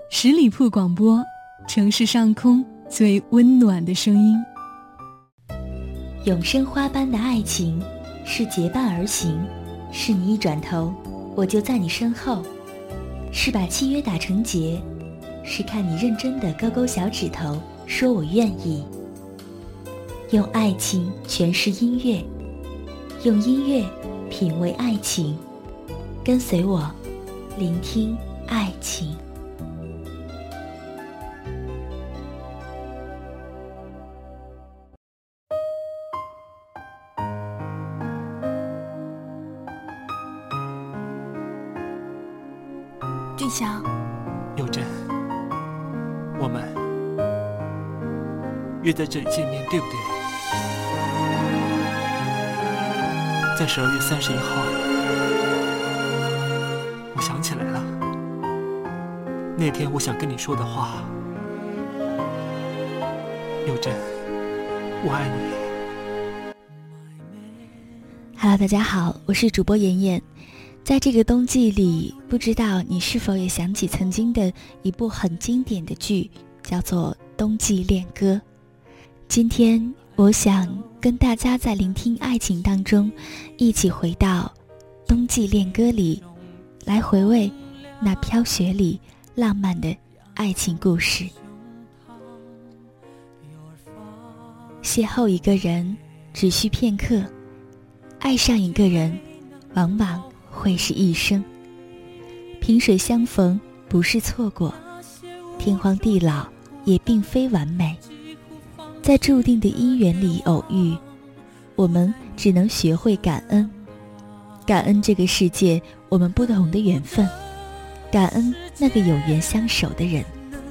十里铺广播，城市上空最温暖的声音。 永生花般的爱情是结伴而行，是你一转头我就在你身后，是把契约打成结，是看你认真的勾勾小指头说我愿意。用爱情诠释音乐，用音乐品味爱情，跟随我聆听爱情。 俊祥， 佑真，我们约在这里见面，对不对？在12月31号，我想起来了，那天我想跟你说的话。佑真，我爱你。 Hello， 大家好，我是主播妍妍。在这个冬季里，不知道你是否也想起曾经的一部很经典的剧，叫做《冬季恋歌》。今天我想跟大家在聆听爱情当中，一起回到《冬季恋歌》里，来回味那飘雪里浪漫的爱情故事。邂逅一个人只需片刻，爱上一个人往往会是一生。萍水相逢不是错过，天荒地老也并非完美。在注定的姻缘里偶遇，我们只能学会感恩，感恩这个世界我们不同的缘分，感恩那个有缘相守的人。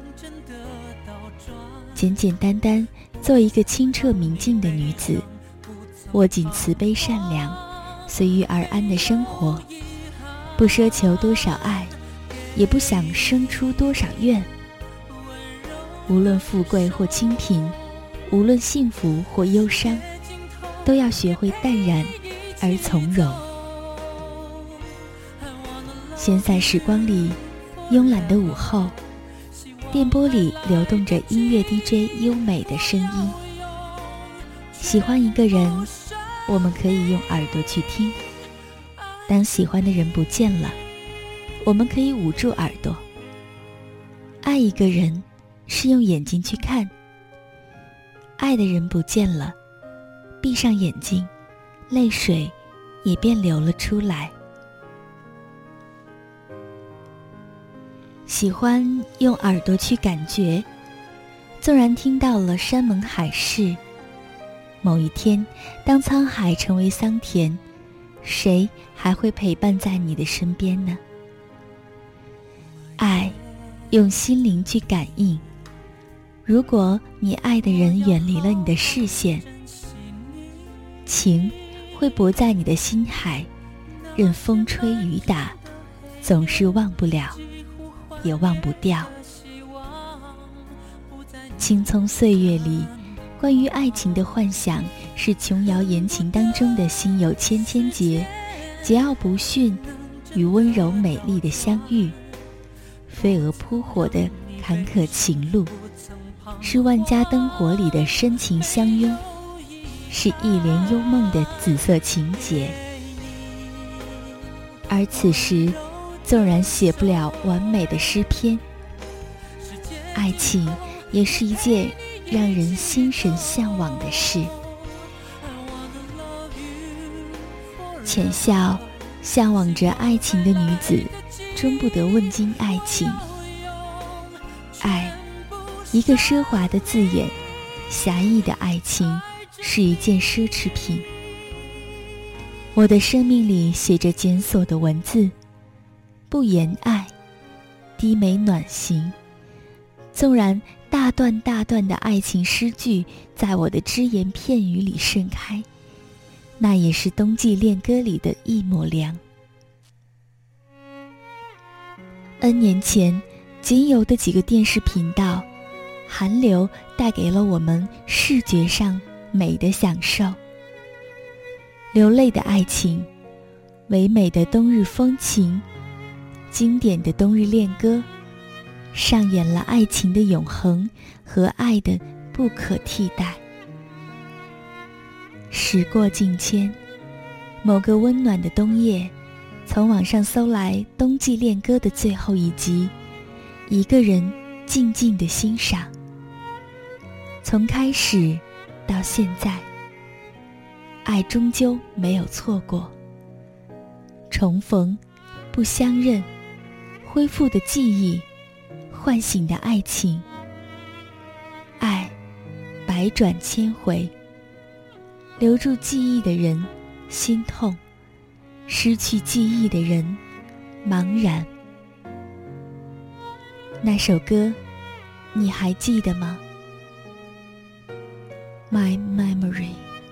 简简单单做一个清澈明净的女子，握紧慈悲善良随遇而安的生活，不奢求多少爱，也不想生出多少怨。无论富贵或清贫，无论幸福或忧伤，都要学会淡然而从容。闲散时光里，慵懒的午后，电波里流动着音乐 DJ 优美的声音。喜欢一个人，我们可以用耳朵去听，当喜欢的人不见了，我们可以捂住耳朵。爱一个人是用眼睛去看，爱的人不见了，闭上眼睛，泪水也便流了出来。喜欢用耳朵去感觉，纵然听到了山盟海誓，某一天当沧海成为桑田，谁还会陪伴在你的身边呢？爱用心灵去感应，如果你爱的人远离了你的视线，情会泊在你的心海，任风吹雨打，总是忘不了也忘不掉。青葱岁月里，关于爱情的幻想是琼瑶言情当中的心有千千结，桀骜不驯与温柔美丽的相遇，飞蛾扑火的坎坷情路，是万家灯火里的深情相拥，是一帘幽梦的紫色情节。而此时纵然写不了完美的诗篇，爱情也是一件让人心神向往的事。浅笑向往着爱情的女子，终不得问津爱情。爱，一个奢华的字眼，狭义的爱情是一件奢侈品。我的生命里写着检索的文字，不言爱，低眉暖行。纵然大段大段的爱情诗句在我的只言片语里盛开，那也是冬季恋歌里的一抹凉。N 年前仅有的几个电视频道，韩流带给了我们视觉上美的享受。流泪的爱情，唯美的冬日风情，经典的冬日恋歌， 上演了爱情的永恒和爱的不可替代。时过境迁，某个温暖的冬夜，从网上搜来冬季恋歌的最后一集，一个人静静地欣赏。从开始到现在，爱终究没有错过。重逢，不相认，恢复的记忆，唤醒的爱情。爱百转千回，留住记忆的人心痛，失去记忆的人茫然。那首歌你还记得吗？ My Memory。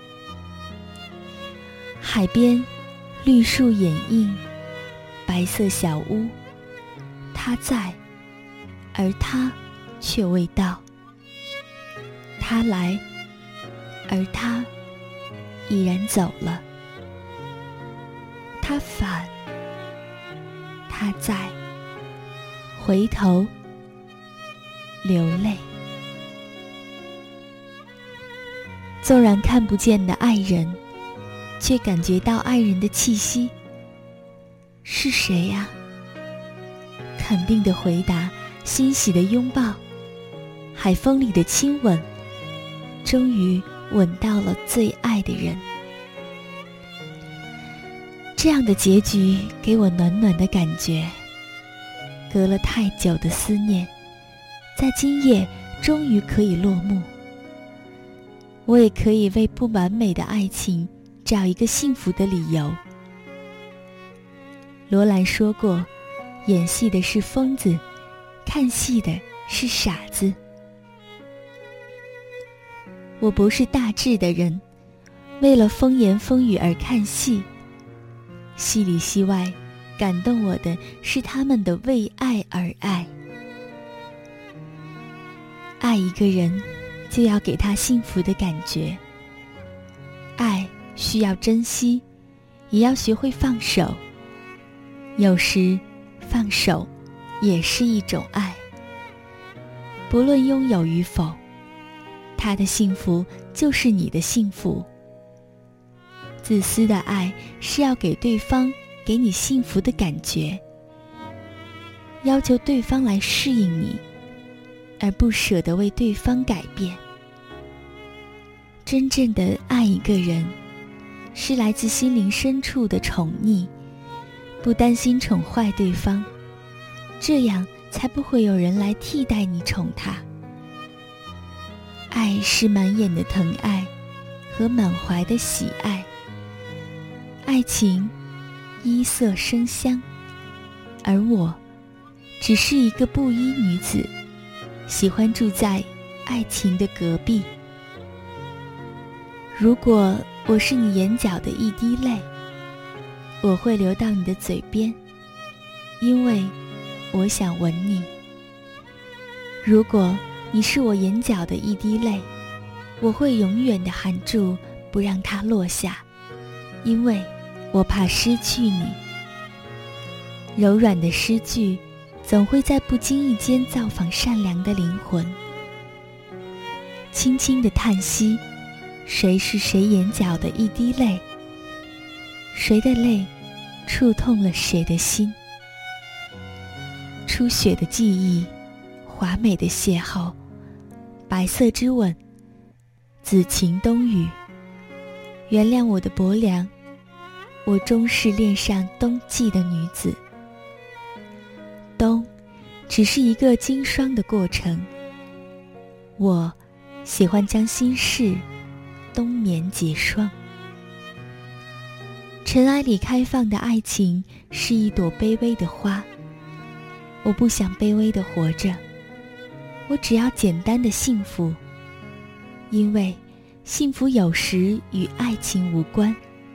海边绿树掩映，白色小屋，他在，而他却未到。他来，而他已然走了。他返，他在，回头流泪。纵然看不见的爱人，却感觉到爱人的气息。是谁呀？肯定的回答，欣喜的拥抱，海风里的亲吻，终于吻到了最爱的人。这样的结局给我暖暖的感觉。隔了太久的思念，在今夜终于可以落幕。我也可以为不完美的爱情找一个幸福的理由。罗兰说过，演戏的是疯子，看戏的是傻子。我不是大志的人，为了风言风语而看戏，戏里戏外，感动我的是他们的为爱而爱。爱一个人，就要给他幸福的感觉。爱需要珍惜，也要学会放手。有时放手也是一种爱。不论拥有与否，他的幸福就是你的幸福。自私的爱是要给对方给你幸福的感觉，要求对方来适应你，而不舍得为对方改变。真正的爱一个人，是来自心灵深处的宠溺，不担心宠坏对方，这样才不会有人来替代你宠他。爱是满眼的疼爱和满怀的喜爱。爱情衣色生香，而我只是一个布衣女子，喜欢住在爱情的隔壁。如果我是你眼角的一滴泪，我会流到你的嘴边，因为我想吻你。如果你是我眼角的一滴泪，我会永远地含住，不让它落下，因为我怕失去你。柔软的诗句总会在不经意间造访善良的灵魂。轻轻的叹息，谁是谁眼角的一滴泪？谁的泪触痛了谁的心？初雪的记忆，华美的邂逅，白色之吻，紫晴冬雨。原谅我的薄凉，我终是恋上冬季的女子。冬只是一个经霜的过程，我喜欢将心事冬眠结霜。尘埃里开放的爱情是一朵卑微的花，我不想卑微的活着，我只要简单的幸福，因为幸福有时与爱情无关。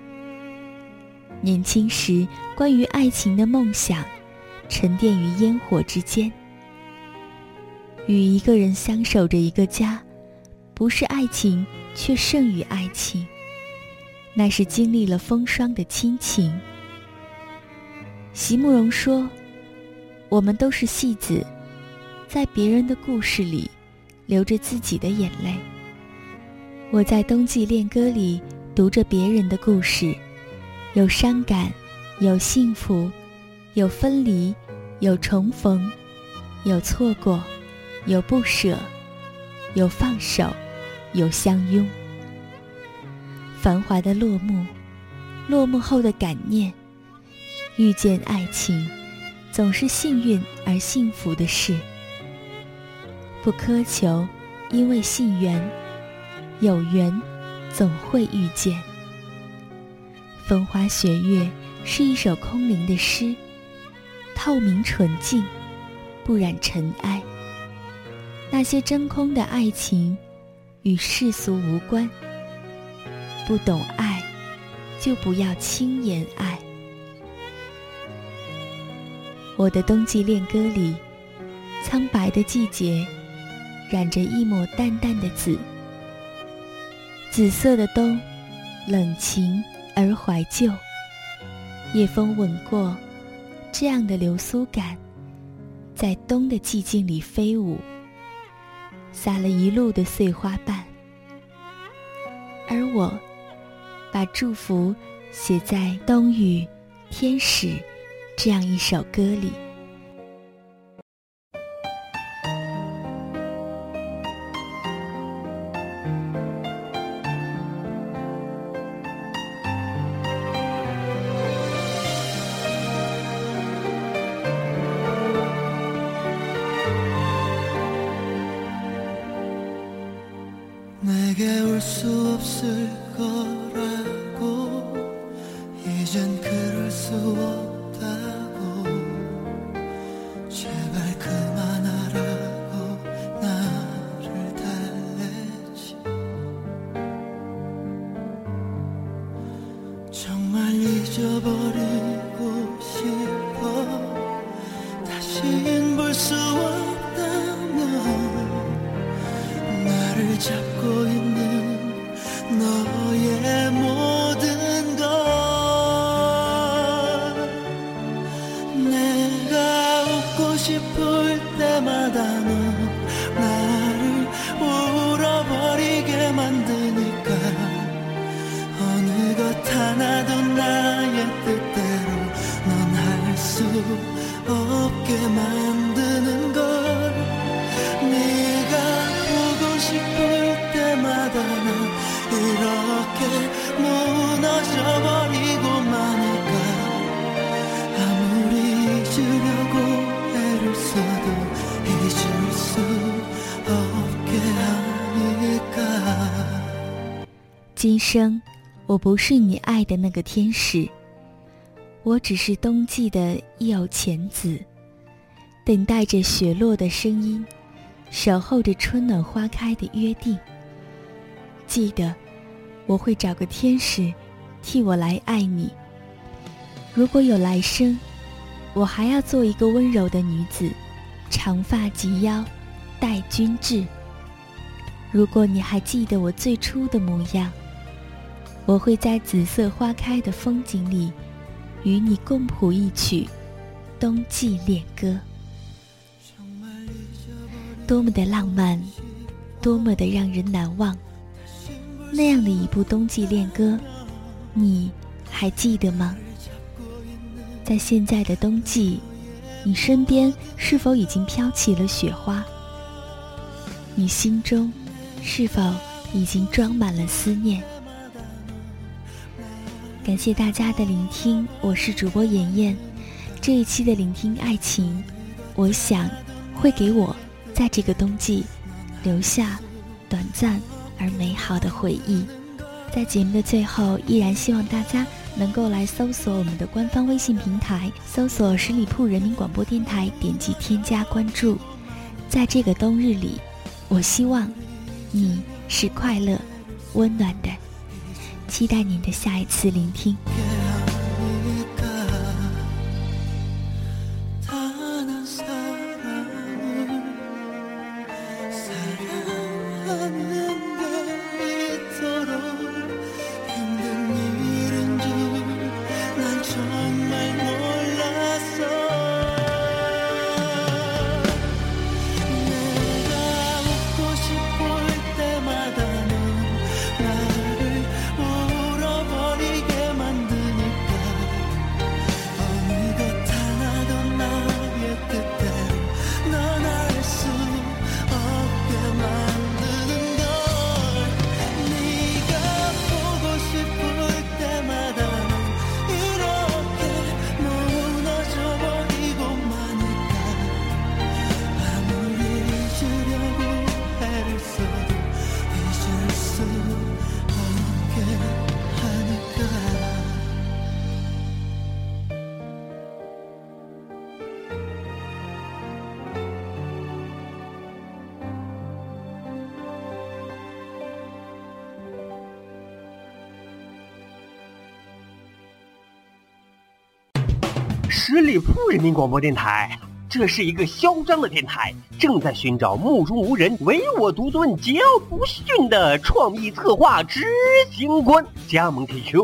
年轻时关于爱情的梦想沉淀于烟火之间，与一个人相守着一个家，不是爱情，却胜于爱情，那是经历了风霜的亲情。席慕容说，我们都是戏子， 在别人的故事里流着自己的眼泪。我在冬季恋歌里读着别人的故事，有伤感，有幸福，有分离，有重逢，有错过，有不舍，有放手，有相拥。繁华的落幕，落幕后的感念，遇见爱情总是幸运而幸福的事。不苛求，因为信缘，有缘总会遇见。风花雪月是一首空灵的诗，透明纯净，不染尘埃。那些真空的爱情与世俗无关，不懂爱就不要轻言爱。我的冬季恋歌里，苍白的季节染着一抹淡淡的紫，紫色的冬，冷情而怀旧。夜风吻过，这样的流苏感在冬的寂静里飞舞，撒了一路的碎花瓣。而我把祝福写在冬雨天使这样一首歌里。 내게 올 수 없을 거라고 이젠 그럴 수 없다고 제발 그만하라고 나를 달래지 정말 잊어버리고 싶어 다신 볼 수 없다면 나를 잡고 있는 너의 모든 것 내가 웃고 싶을 때마다 넌 나를 울어버리게 만드니까 어느 것 하나도 나의 뜻대로 넌 할 수 없게 만드는 걸 네가 보고 싶을 때마다 난 이렇게 무너져버리고 마니까 아무리 잊으려고 애를 써도 잊을 수 없게 하니까 今生我不是你爱的那个天使，我只是冬季的一偶浅子，等待着雪落的声音，守候着春暖花开的约定。记得我会找个天使替我来爱你，如果有来生，我还要做一个温柔的女子，长发及腰，戴君雉。如果你还记得我最初的模样，我会在紫色花开的风景里与你共谱一曲冬季恋歌。多么的浪漫，多么的让人难忘，那样的一部冬季恋歌，你还记得吗？在现在的冬季，你身边是否已经飘起了雪花？你心中是否已经装满了思念？感谢大家的聆听，我是主播妍妍。这一期的聆听爱情，我想会给我在这个冬季留下短暂而美好的回忆。在节目的最后，依然希望大家能够来搜索我们的官方微信平台，搜索十里铺人民广播电台，点击添加关注。在这个冬日里，我希望你是快乐温暖的，期待您的下一次聆听。 十里铺人民广播电台，这是一个嚣张的电台，正在寻找目中无人、唯我独尊、桀骜不驯的创意策划执行官。加盟 QQ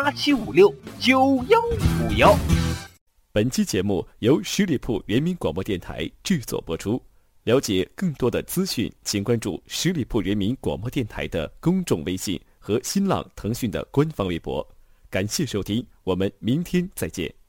87569151。 本期节目由十里铺人民广播电台制作播出。了解更多的资讯，请关注十里铺人民广播电台的公众微信和新浪、腾讯的官方微博。感谢收听，我们明天再见。